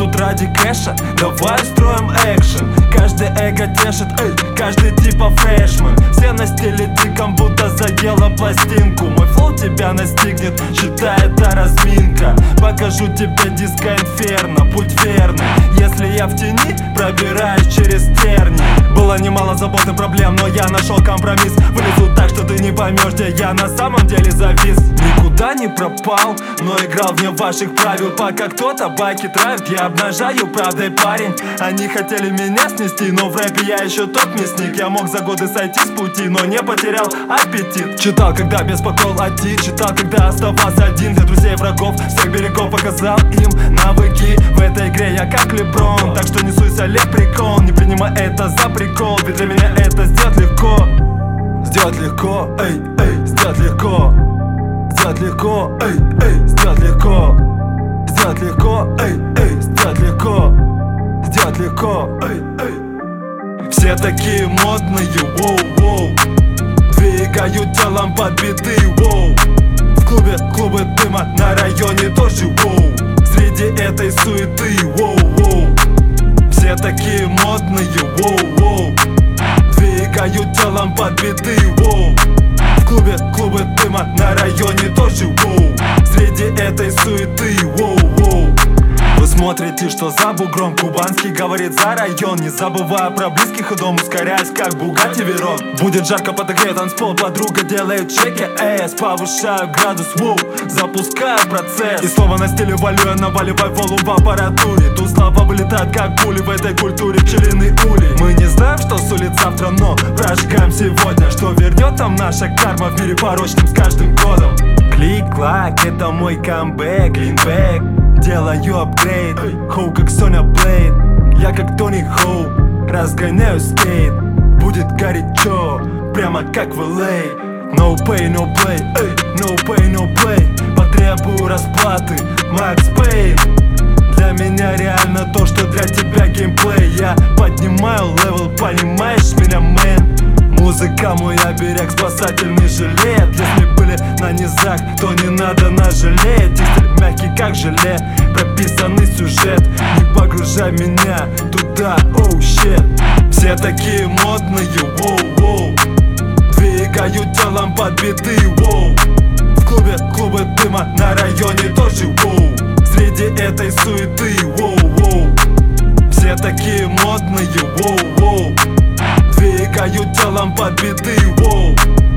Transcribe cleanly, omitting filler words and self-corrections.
тут ради кэша, давай строим экшен. Каждый эго тешит, каждый типа фрешмен. Все на стиле диком, будто заела пластинку. Мой флоу тебя настигнет, считай это разминка. Покажу тебе диско инферно, путь верный. Если я в тени, пробираюсь через терни. Было немало забот и проблем, но я нашел компромисс. Вылезу так, что ты не поймешь, где я на самом деле завис. Никуда не пропал, но играл вне ваших правил. Пока кто-то байки травит, я обнажаю правдой, парень. Они хотели меня снести, но в рэпе я еще тот мясник. Я мог за годы сойти с пути, но не потерял аппетит. Читал, когда беспокоил один, читал, когда оставался один. Для друзей и врагов всех берегов показал им навыки. В этой игре я как Леброн, так что не суйся, лепрекон. Не принимай это за прикол, ведь для меня это сделать легко. Сделать легко, сделать легко. Сделать легко, сделать легко. Сделать легко, сделать легко. Сделать легко, Все такие модные, воу-воу. Двигают телом под биты, воу. В клубы дыма на районе тоже, воу. Среди этой суеты, воу-воу. Все такие модные, воу-воу. Двигают телом под биты, воу. В клубы дыма на районе тоже, воу. Среди этой суеты, воу-воу. Вы смотрите, что за бугром. Кубанский говорит за район. Не забывая про близких и дом, ускоряясь, как Бугатти Верон. Будет жарко, подогрей танцпол, подруга делает чеки, повышаю градус, воу. Запускаю процесс. И снова на стиле валю, я наваливаю волну в аппаратуре. Тут слова вылетают, как пули в этой культуре пчелиный улей. Мы не знаем, что сулит завтра, но прожигаем сегодня. Что вернет нам наша карма в мире порочным с каждым годом. Клик-клак, это мой камбэк, клинбэк. Делаю апгрейд, хоу как Соня Блейд. Я как Тони Хоу, разгоняю скейт. Будет горячо, прямо как в LA. No pay, no play, no pay, no play. Потребую расплаты, Макс Пейн. Для меня реально то, что для тебя геймплей. Я поднимаю левел, понимаешь меня, мэн? Музыка мой оберег, спасательный жилет. Если были на низах, то не надо нажалеть. Стиль мягкий как желе, прописанный сюжет. Не погружай меня туда, оу, щет. Все такие модные, воу-воу. Двигают телом под биты, воу. В клубы дыма на районе тоже, воу. Среди этой суеты, воу-воу. Все такие модные, воу-воу. Двигают телом под биты, воу.